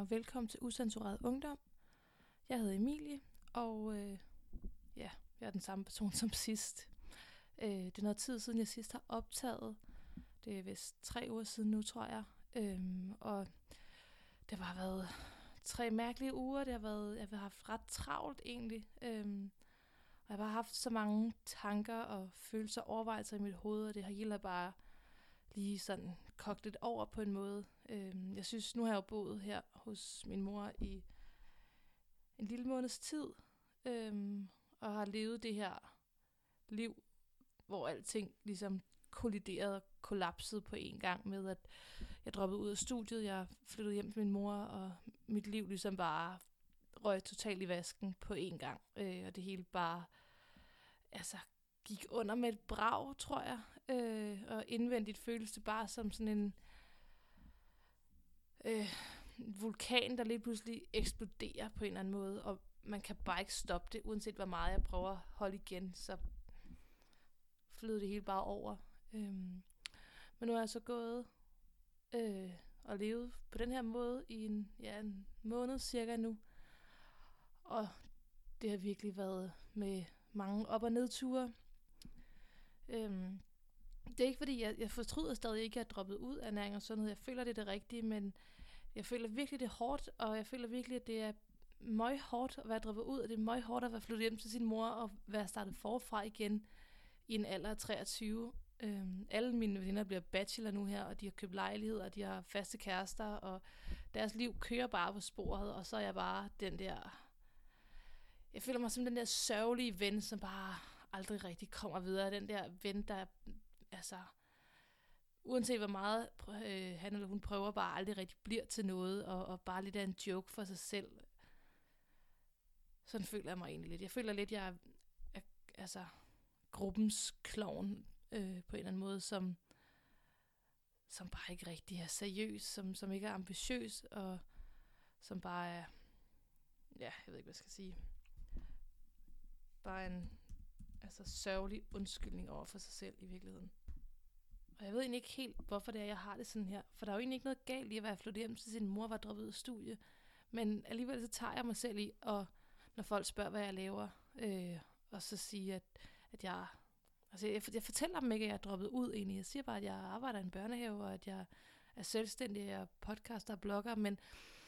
og velkommen til Usensureret Ungdom. Jeg hedder Emilie, og jeg er den samme person som sidst. Det er noget tid siden, jeg sidst har optaget. Det er vist 3 uger siden nu, tror jeg. Og det har været 3 mærkelige uger. Jeg har haft ret travlt egentlig. Og jeg har bare haft så mange tanker og følelser og overvejelser i mit hoved, og det har hele bare lige sådan kogt lidt over på en måde. Jeg synes, nu har jeg jo boet her hos min mor i en lille måneds tid, og har levet det her liv, hvor alting ligesom kolliderede og kollapsede på en gang med, at jeg droppede ud af studiet, jeg flyttede hjem til min mor, og mit liv ligesom bare røg totalt i vasken på en gang, og det hele bare gik under med et brag, tror jeg, og indvendigt føltes det bare som sådan en vulkan, der lige pludselig eksploderer på en eller anden måde, og man kan bare ikke stoppe det, uanset hvor meget jeg prøver at holde igen, så flyder det hele bare over. Men nu er jeg så gået og levet på den her måde i en måned cirka nu, og det har virkelig været med mange op- og nedture. Det er ikke fordi, jeg fortryder stadig ikke, at jeg er droppet ud af ernæring og sundhed. Jeg føler, det er det rigtige, men jeg føler virkelig, det er hårdt, og jeg føler virkelig, at det er meget hårdt at være droppet ud, og det er meget hårdt at være flyttet hjem til sin mor og være startet forfra igen i en alder af 23. Alle mine veninder bliver bachelor nu her, og de har købt lejligheder, og de har faste kærester, og deres liv kører bare på sporet, og så er jeg bare den der... Jeg føler mig som den der sørgelige ven, som bare aldrig rigtig kommer videre. Den der ven, der uanset hvor meget han eller hun prøver, bare aldrig rigtig bliver til noget, og bare lidt af en joke for sig selv. Sådan føler jeg mig egentlig lidt. Jeg føler lidt, jeg er gruppens klovn på en eller anden måde, som bare ikke rigtig er seriøs, som ikke er ambitiøs, og som bare er, jeg ved ikke, hvad jeg skal sige, bare en sørgelig undskyldning over for sig selv i virkeligheden. Og jeg ved egentlig ikke helt, hvorfor det er, jeg har det sådan her. For der er jo egentlig ikke noget galt i at være flyttet hjem til sin mor, var droppet ud af studie. Men alligevel så tager jeg mig selv i, og når folk spørger, hvad jeg laver, og så sige, at jeg... Altså jeg fortæller dem ikke, at jeg er droppet ud egentlig. Jeg siger bare, at jeg arbejder i en børnehave, og at jeg er selvstændig, jeg er podcaster og blogger, men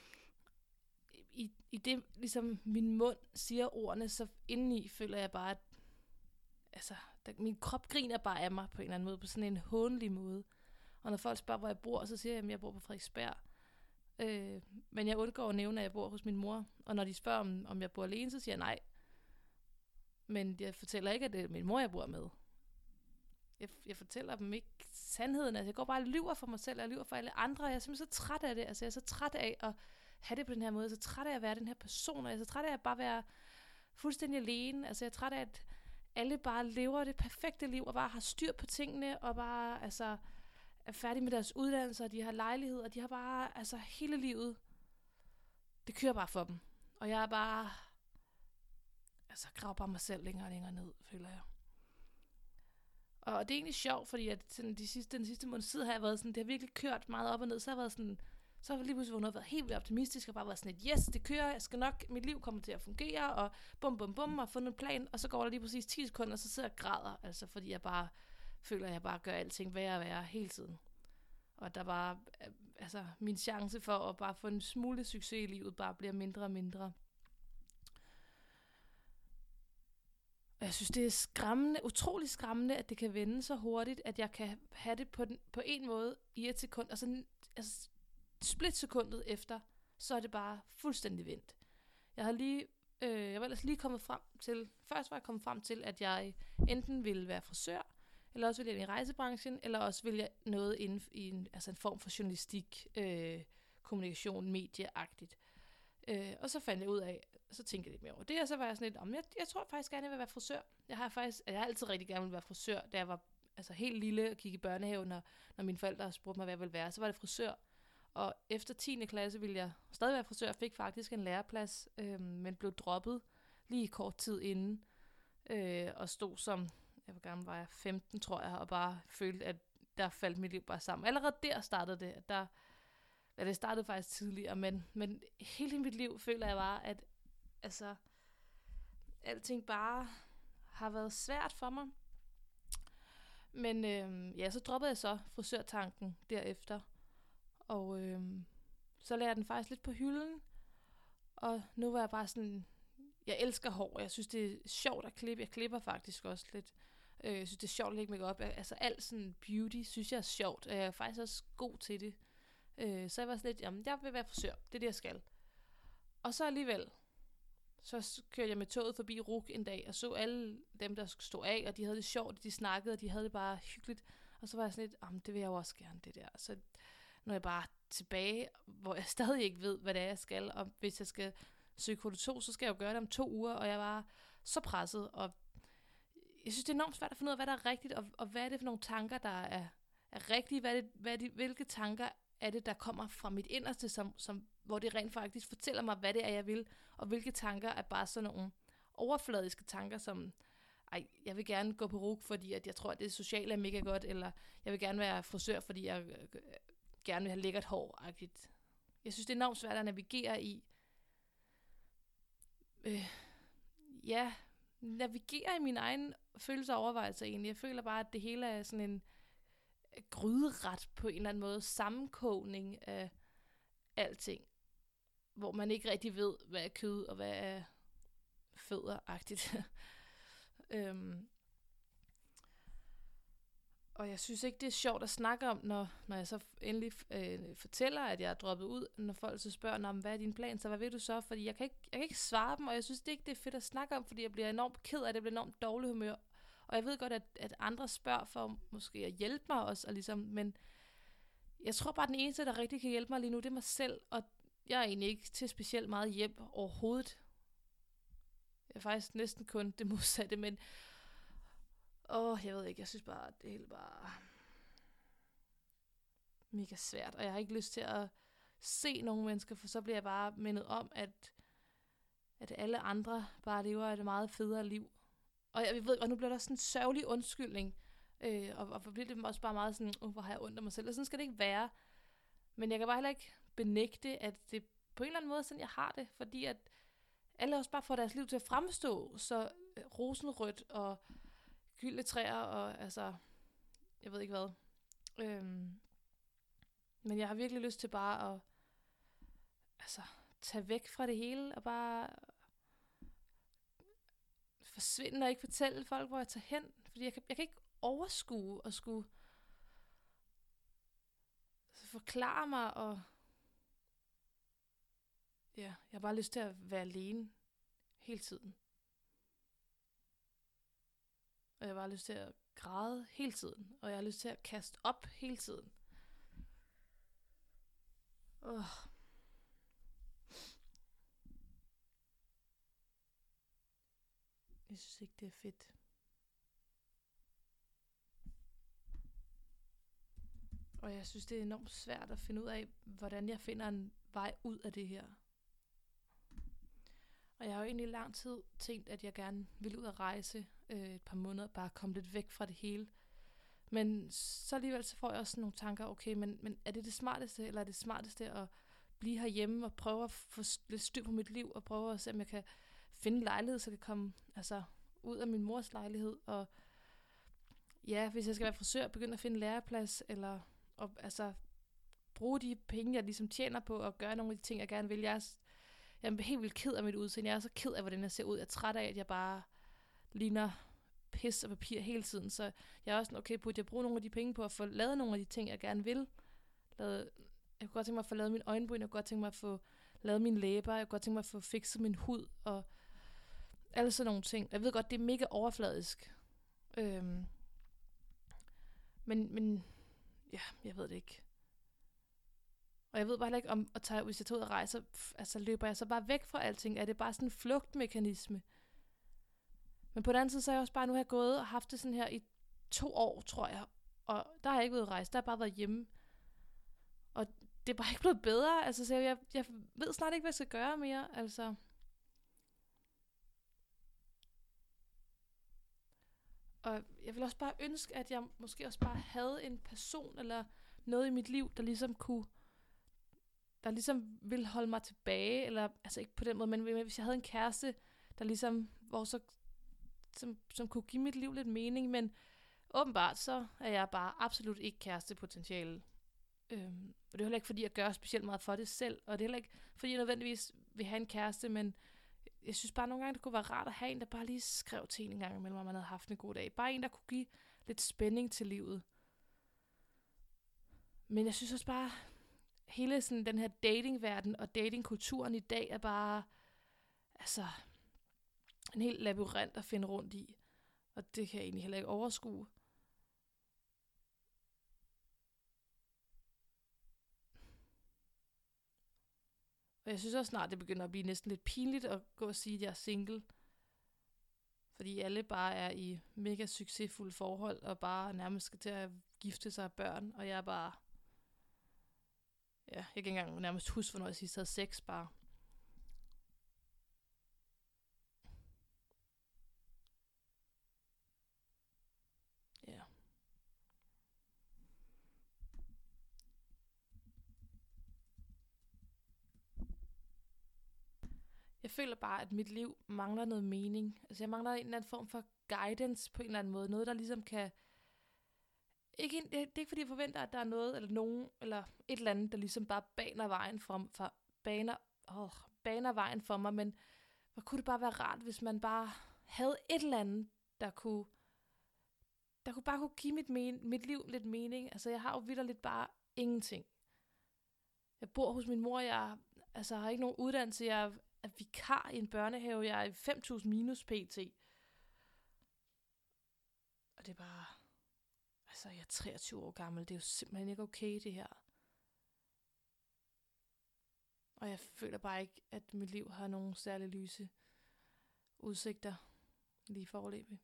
i det, ligesom min mund siger ordene, så indeni føler jeg bare, at min krop griner bare af mig på en eller anden måde, på sådan en hånlig måde. Og når folk spørger, hvor jeg bor, så siger jeg, at jeg bor på Frederiksberg. Men jeg undgår at nævne, at jeg bor hos min mor. Og når de spørger, om jeg bor alene, så siger jeg nej. Men jeg fortæller ikke, at det er min mor, jeg bor med. Jeg fortæller dem ikke sandheden. Altså, jeg går bare og lyver for mig selv, og jeg lyver for alle andre. Jeg er simpelthen så træt af det. Altså, jeg er så træt af at have det på den her måde. Jeg er så træt af at være den her person. Og jeg er så træt af at bare være fuldstændig alene. Altså, jeg er træt af, at alle bare lever det perfekte liv, og bare har styr på tingene, og bare er færdige med deres uddannelser, og de har lejlighed, og de har bare hele livet. Det kører bare for dem. Og jeg er bare graver bare mig selv længere og længere ned, føler jeg. Og det er egentlig sjovt, fordi at sådan, den sidste måned siden har jeg været sådan, det har virkelig kørt meget op og ned, så har jeg været sådan, så har jeg lige pludselig været helt vildt optimistisk, og bare været sådan et, yes, det kører, jeg skal nok, mit liv kommer til at fungere, og bum, og fundet en plan, og så går der lige præcis 10 sekunder, og så sidder jeg og græder, fordi jeg bare føler, at jeg bare gør alting værre og værre hele tiden. Og der bare, min chance for at bare få en smule succes i livet, bare bliver mindre og mindre. Og jeg synes, det er skræmmende, utrolig skræmmende, at det kan vende så hurtigt, at jeg kan have det på en måde i 1 sekund, og så splitsekundet efter, så er det bare fuldstændig vendt. Jeg var ellers lige kommet frem til, først var jeg kommet frem til, at jeg enten ville være frisør, eller også ville jeg i rejsebranchen, eller også ville jeg noget inden i en form for journalistik, kommunikation, medieagtigt. Og så fandt jeg ud af, så tænkte jeg lidt mere over det, og så var jeg sådan lidt, jeg tror faktisk gerne, jeg vil være frisør. Jeg har altid rigtig gerne vil være frisør, da jeg var helt lille og kiggede i børnehaven, når mine forældre spurgte mig, hvad jeg ville være, så var det frisør. Og efter 10. klasse ville jeg stadig være frisør, fik faktisk en læreplads, men blev droppet lige kort tid inden, og stod som, hvor gammel var jeg, 15 tror jeg, og bare følte, at der faldt mit liv bare sammen. Allerede der startede det, at der Ja, det startede faktisk tidligere, men hele mit liv føler jeg bare, at altså, alting bare har været svært for mig. Men ja, så droppede jeg så frisørtanken derefter. Og så lagde jeg den faktisk lidt på hylden. Og nu var jeg bare sådan, jeg elsker hår. Jeg synes, det er sjovt at klippe. Jeg klipper faktisk også lidt. Jeg synes, det er sjovt at lægge make-up. Altså alt sådan beauty, synes jeg er sjovt. Og jeg er faktisk også god til det. Så jeg var sådan lidt, jamen, jeg vil være frisør. Det er det, jeg skal. Og så alligevel, så kørte jeg med toget forbi RUC en dag, og så alle dem, der stod af, og de havde det sjovt, de snakkede, og de havde det bare hyggeligt. Og så var jeg sådan lidt, jamen, det vil jeg jo også gerne, det der. Så nu er jeg bare tilbage, hvor jeg stadig ikke ved, hvad det er, jeg skal. Og hvis jeg skal søge kvote 2, så skal jeg jo gøre det om 2 uger, og jeg var så presset. Og jeg synes, det er enormt svært at finde ud af, hvad der er rigtigt, og hvad er det for nogle tanker, der er rigtige. Hvilke tanker er det, der kommer fra mit inderste, hvor det rent faktisk fortæller mig, hvad det er, jeg vil, og hvilke tanker er bare sådan nogle overfladiske tanker, som, jeg vil gerne gå på RUC, fordi at jeg tror, at det sociale er mega godt, eller jeg vil gerne være frisør, fordi jeg gerne vil have lækkert hår-agtigt. Jeg synes, det er enormt svært at navigere i. Navigere i mine egne følelser og overvejelser egentlig. Jeg føler bare, at det hele er sådan en gryderet på en eller anden måde, sammenkogning af alting, hvor man ikke rigtig ved, hvad er kød og hvad er fødder-agtigt. Og jeg synes ikke, det er sjovt at snakke om, når jeg så endelig fortæller, at jeg er droppet ud, når folk så spørger, hvad er din plan, så hvad vil du så? Fordi jeg kan ikke svare dem, og jeg synes det ikke, det er fedt at snakke om, fordi jeg bliver enormt ked af det, jeg bliver enormt dårlig humør. Og jeg ved godt, at andre spørger for måske at hjælpe mig også, og ligesom, men jeg tror bare, at den eneste, der rigtig kan hjælpe mig lige nu, det er mig selv, og jeg er egentlig ikke til specielt meget hjælp overhovedet. Jeg er faktisk næsten kun det modsatte, men jeg ved ikke, jeg synes bare, at det hele bare mega svært, og jeg har ikke lyst til at se nogle mennesker, for så bliver jeg bare mindet om, at alle andre bare lever et meget federe liv. Og jeg ved, og nu bliver der sådan en sørgelig undskyldning, og bliver det også bare meget sådan, hvor har jeg ondt af mig selv, og sådan skal det ikke være. Men jeg kan bare heller ikke benægte, at det på en eller anden måde sådan, jeg har det, fordi at alle også bare får deres liv til at fremstå så rosenrødt og gyldne træer, og altså, jeg ved ikke hvad. Men jeg har virkelig lyst til bare at tage væk fra det hele, og bare forsvinde og ikke fortælle folk, hvor jeg tager hen. Fordi jeg kan ikke overskue og skulle forklare mig, og ja, jeg har bare lyst til at være alene hele tiden. Og jeg har bare lyst til at græde hele tiden, og jeg har lyst til at kaste op hele tiden. Jeg synes ikke, det er fedt. Og jeg synes, det er enormt svært at finde ud af, hvordan jeg finder en vej ud af det her. Og jeg har jo egentlig i lang tid tænkt, at jeg gerne ville ud at rejse et par måneder, bare komme lidt væk fra det hele. Men så alligevel så får jeg også nogle tanker, okay, men er det smarteste, eller er det smarteste at blive herhjemme og prøve at få lidt styr på mit liv, og prøve at se, om jeg kan finde en lejlighed, så jeg kan komme ud af min mors lejlighed, og ja, hvis jeg skal være frisør, begynde at finde en læreplads, eller bruge de penge, jeg ligesom tjener på, og gøre nogle af de ting, jeg gerne vil. Jeg er helt vildt ked af mit udseende. Jeg er så ked af, hvordan jeg ser ud. Jeg er træt af, at jeg bare ligner pis og papir hele tiden. Så jeg er også sådan, okay, burde jeg bruge nogle af de penge på at få lavet nogle af de ting, jeg gerne vil? Jeg kunne godt tænke mig at få lavet min øjenbryn, jeg kunne godt tænke mig at få lavet mine læber, jeg kunne godt tænke mig at få fikset min hud, og alle sådan nogle ting. Jeg ved godt, det er mega overfladisk. Men ja, jeg ved det ikke. Og jeg ved bare heller ikke, om hvis jeg tager ud og rejser, løber jeg så bare væk fra alting. Er det bare sådan en flugtmekanisme? Men på den anden side, så er jeg også bare, nu har jeg gået og haft det sådan her i 2 år, tror jeg. Og der har jeg ikke været rejse, der har jeg bare været hjemme. Og det er bare ikke blevet bedre. Så jeg ved snart ikke, hvad jeg skal gøre mere. Og jeg vil også bare ønske, at jeg måske også bare havde en person eller noget i mit liv, der ligesom kunne der ligesom ville holde mig tilbage, eller altså ikke på den måde, men hvis jeg havde en kæreste, der ligesom, hvor så, som kunne give mit liv lidt mening, men åbenbart så er jeg bare absolut ikke kærestepotentiale. Og det er heller ikke, fordi jeg gør specielt meget for det selv, og det er heller ikke, fordi jeg nødvendigvis vil have en kæreste, men jeg synes bare nogle gange, det kunne være rart at have en, der bare lige skrev til en gang imellem, om man havde haft en god dag. Bare en, der kunne give lidt spænding til livet. Men jeg synes også bare, hele sådan den her datingverden og datingkulturen i dag er bare, altså, en helt labyrint at finde rundt i. Og det kan jeg egentlig heller ikke overskue. Og jeg synes også snart, det begynder at blive næsten lidt pinligt at gå og sige, at jeg er single. Fordi alle bare er i mega succesfulde forhold, og bare nærmest skal til at gifte sig af børn. Og jeg er bare, ja, jeg kan ikke engang nærmest huske, hvornår jeg sidst havde sex bare. Ja. Jeg føler bare, at mit liv mangler noget mening. Altså jeg mangler en eller anden form for guidance på en eller anden måde. Noget, der ligesom kan... Det er ikke fordi, jeg forventer, at der er noget, eller nogen, eller et eller andet, der ligesom bare baner vejen for mig, men hvor kunne det bare være rart, hvis man bare havde et eller andet, der kunne bare kunne give mit liv lidt mening. Altså jeg har jo vitterligt bare ingenting. Jeg bor hos min mor, jeg har ikke nogen uddannelse, jeg er vikar i en børnehave, jeg er 5.000 minus pt. Og det er bare... Altså, jeg er 23 år gammel. Det er jo simpelthen ikke okay, det her. Og jeg føler bare ikke, at mit liv har nogen særlig lyse udsigter lige foreløbig.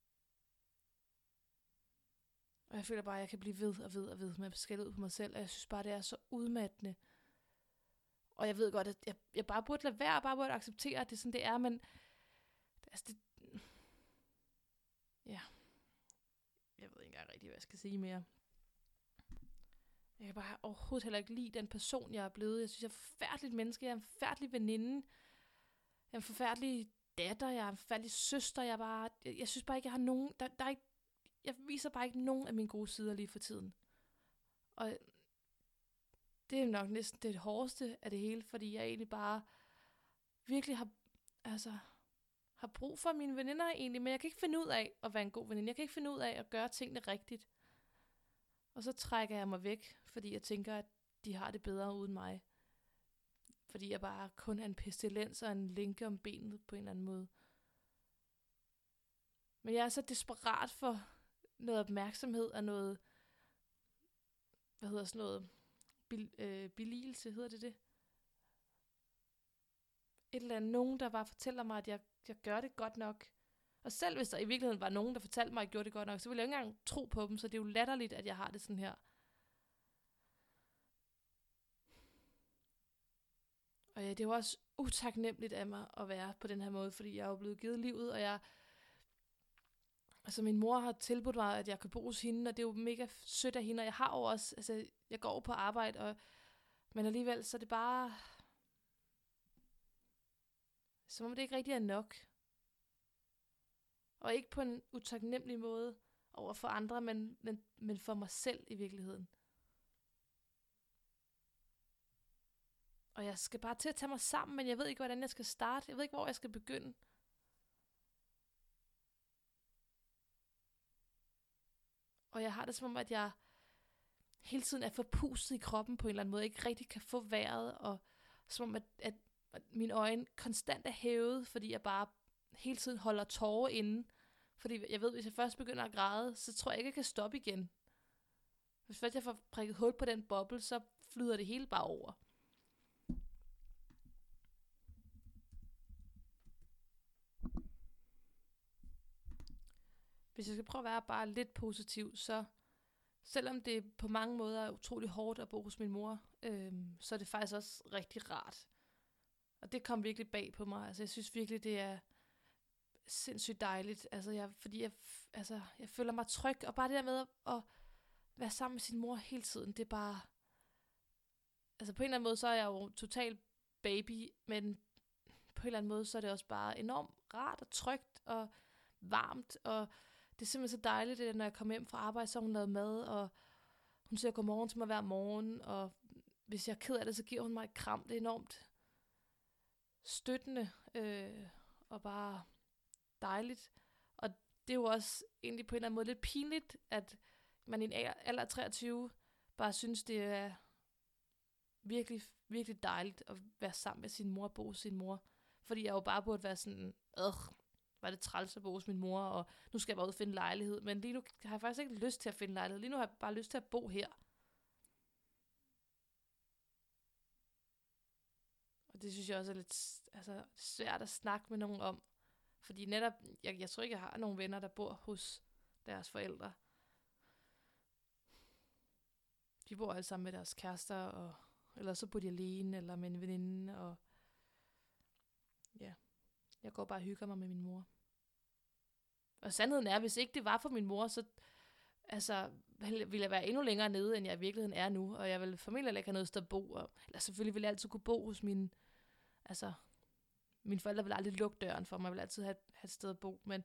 Og jeg føler bare, at jeg kan blive ved med at skælde ud på mig selv. Og jeg synes bare, det er så udmattende. Og jeg ved godt, at jeg bare burde lade være, og bare burde acceptere, at det er sådan, det er. Men altså, det... Ja... Jeg ved ikke engang rigtig, hvad jeg skal sige mere. Jeg kan bare overhovedet heller ikke lide den person, jeg er blevet. Jeg synes, jeg er et forfærdeligt menneske. Jeg er en forfærdelig veninde. Jeg er en forfærdelig datter. Jeg er en forfærdelig søster. Jeg synes bare ikke, jeg har nogen... Der er ikke, jeg viser bare ikke nogen af mine gode sider lige for tiden. Og det er nok næsten det hårdeste af det hele, fordi jeg egentlig bare virkelig har brug for mine veninder egentlig, men jeg kan ikke finde ud af at være en god veninde. Jeg kan ikke finde ud af at gøre tingene rigtigt. Og så trækker jeg mig væk, fordi jeg tænker, at de har det bedre uden mig. Fordi jeg bare kun er en pestilens og en linke om benet på en eller anden måde. Men jeg er så desperat for noget opmærksomhed og noget, billigelse, hedder det? Et eller andet, nogen, der bare fortæller mig, at jeg gør det godt nok. Og selv hvis der i virkeligheden var nogen, der fortalte mig, at jeg gjorde det godt nok, så ville jeg ikke engang tro på dem, så det er jo latterligt, at jeg har det sådan her. Og ja, det er jo også utaknemmeligt af mig at være på den her måde, fordi jeg er jo blevet givet livet, og min mor har tilbudt mig, at jeg kan bo hos hende, og det er jo mega sødt af hende, og jeg har jo også, jeg går på arbejde, men alligevel, så er det bare, som om det ikke rigtig er nok. Og ikke på en utaknemmelig måde over for andre, men for mig selv i virkeligheden. Og jeg skal bare til at tage mig sammen, men jeg ved ikke, hvordan jeg skal starte. Jeg ved ikke, hvor jeg skal begynde. Og jeg har det som om, at jeg hele tiden er forpustet i kroppen på en eller anden måde. Jeg ikke rigtig kan få vejret, og som om, at mine øjne konstant er hævet, fordi jeg bare hele tiden holder tårer inde. Fordi jeg ved, hvis jeg først begynder at græde, så tror jeg ikke, jeg kan stoppe igen. Hvis først jeg får prikket hul på den boble, så flyder det hele bare over. Hvis jeg skal prøve at være bare lidt positiv, så selvom det på mange måder er utrolig hårdt at bo hos min mor, så er det faktisk også rigtig rart. Og det kom virkelig bag på mig. Altså jeg synes virkelig, det er sindssygt dejligt. Altså jeg føler mig tryg, og bare det der med at være sammen med sin mor hele tiden, det er bare, altså på en eller anden måde, så er jeg jo total baby, men på en eller anden måde, så er det også bare enormt rart og trygt og varmt, og det er simpelthen så dejligt, det, når jeg kommer hjem fra arbejde, så har hun lavet mad, og hun siger godmorgen til mig hver morgen, og hvis jeg er ked af det, så giver hun mig et kram. Det er enormt støttende, og bare dejligt. Og det er jo også egentlig på en eller anden måde lidt pinligt, at man i en alder af 23 bare synes, det er virkelig, virkelig dejligt at være sammen med sin mor og bo hos sin mor. Fordi jeg jo bare burde være sådan, var det træls at bo hos min mor, og nu skal jeg bare ud og finde lejlighed. Men lige nu har jeg faktisk ikke lyst til at finde lejlighed. Lige nu har jeg bare lyst til at bo her. Og det synes jeg også er lidt svært at snakke med nogen om. Fordi netop, jeg tror ikke, jeg har nogen venner, der bor hos deres forældre. De bor alle sammen med deres kærester, eller så bor de alene, eller med en veninde, og ja, jeg går bare og hygger mig med min mor. Og sandheden er, hvis ikke det var for min mor, så ville jeg være endnu længere nede, end jeg i virkeligheden er nu, og jeg ville formentlig ikke have noget sted at bo, eller selvfølgelig ville jeg altid kunne bo hos mine forældre ville aldrig lukke døren for mig, jeg ville altid have et sted at bo, men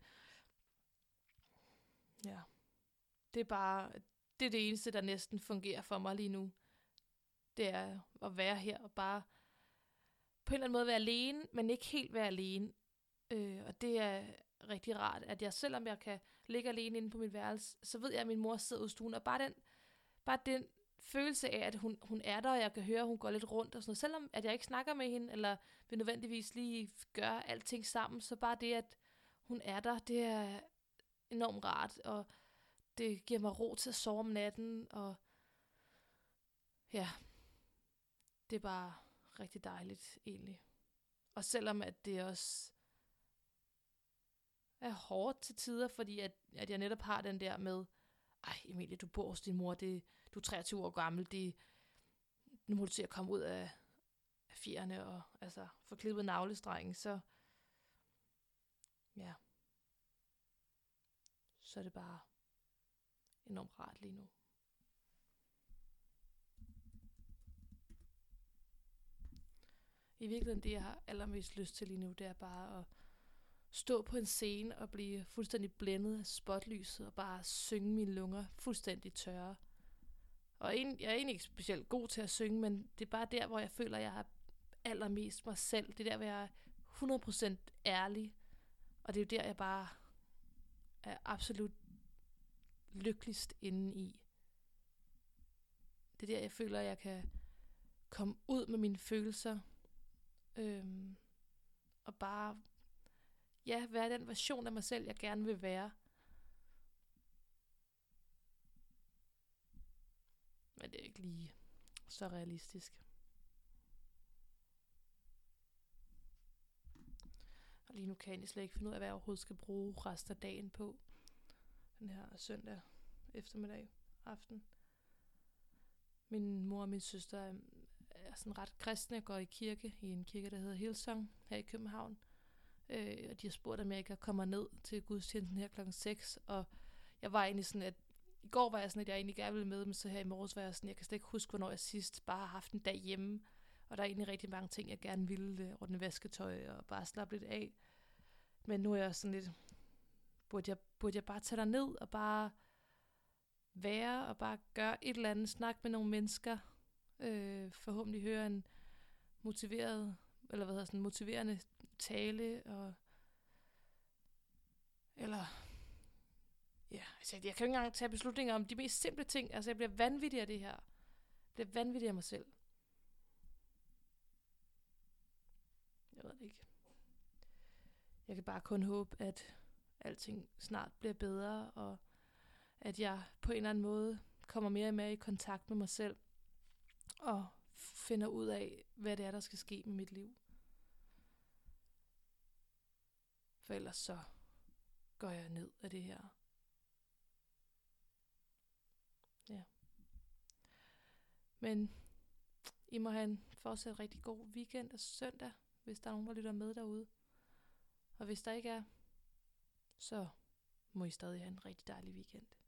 ja, det er det eneste, der næsten fungerer for mig lige nu. Det er at være her og bare på en eller anden måde være alene, men ikke helt være alene. Og det er rigtig rart, at jeg, selvom jeg kan ligge alene inde på mit værelse, så ved jeg, at min mor sidder ude i stuen, og bare den følelse af, at hun er der, og jeg kan høre, at hun går lidt rundt og sådan noget. Selvom at jeg ikke snakker med hende, eller vil nødvendigvis lige gøre alting sammen, så bare det, at hun er der, det er enormt rart, og det giver mig ro til at sove om natten, og ja, det er bare rigtig dejligt egentlig. Og selvom at det også er hårdt til tider, fordi at jeg netop har den der med, Emilie, du bor hos din mor, du er 23 år gammel, nu må du til at komme ud af fjerne og få klippet navlestrengen, så ja, så er det bare enormt rart lige nu. I virkeligheden, det jeg har allermest lyst til lige nu, det er bare at stå på en scene og blive fuldstændig blændet af spotlyset og bare synge mine lunger fuldstændig tørre. Og jeg er egentlig ikke specielt god til at synge, men det er bare der, hvor jeg føler, at jeg har allermest mig selv. Det er der, hvor jeg er 100% ærlig. Og det er jo der, jeg bare er absolut lykkeligst inde i. Det er der, jeg føler, at jeg kan komme ud med mine følelser. Og bare være den version af mig selv, jeg gerne vil være. Men det er ikke lige så realistisk. Og lige nu kan jeg slet ikke finde ud af, hvad jeg overhovedet skal bruge resten af dagen på. Den her søndag eftermiddag aften. Min mor og min søster er sådan ret kristne og går i kirke, i en kirke, der hedder Hillsong, her i København. Og de har spurgt, om jeg ikke kommer ned til gudstjenesten her klokken 6. Og jeg var egentlig sådan, at i går var jeg sådan, at jeg egentlig gerne ville med, men så her i morges var jeg sådan, jeg kan slet ikke huske, hvornår jeg sidst bare har haft en dag hjemme. Og der er egentlig rigtig mange ting, jeg gerne ville, ordne vasketøj og bare slappe lidt af. Men nu er jeg sådan lidt, burde jeg bare tage dig ned og bare være og bare gøre et eller andet, snakke med nogle mennesker, forhåbentlig høre en motiverende tale, jeg kan jo ikke engang tage beslutninger om de mest simple ting. Jeg bliver vanvittig af det her. Jeg bliver vanvittig af mig selv. Jeg ved det ikke. Jeg kan bare kun håbe, at alting snart bliver bedre, og at jeg på en eller anden måde kommer mere og mere i kontakt med mig selv, og finder ud af, hvad det er, der skal ske med mit liv. For ellers så går jeg ned af det her. Ja. Men I må have en fortsat rigtig god weekend og søndag, hvis der er nogen, der lytter med derude. Og hvis der ikke er, så må I stadig have en rigtig dejlig weekend.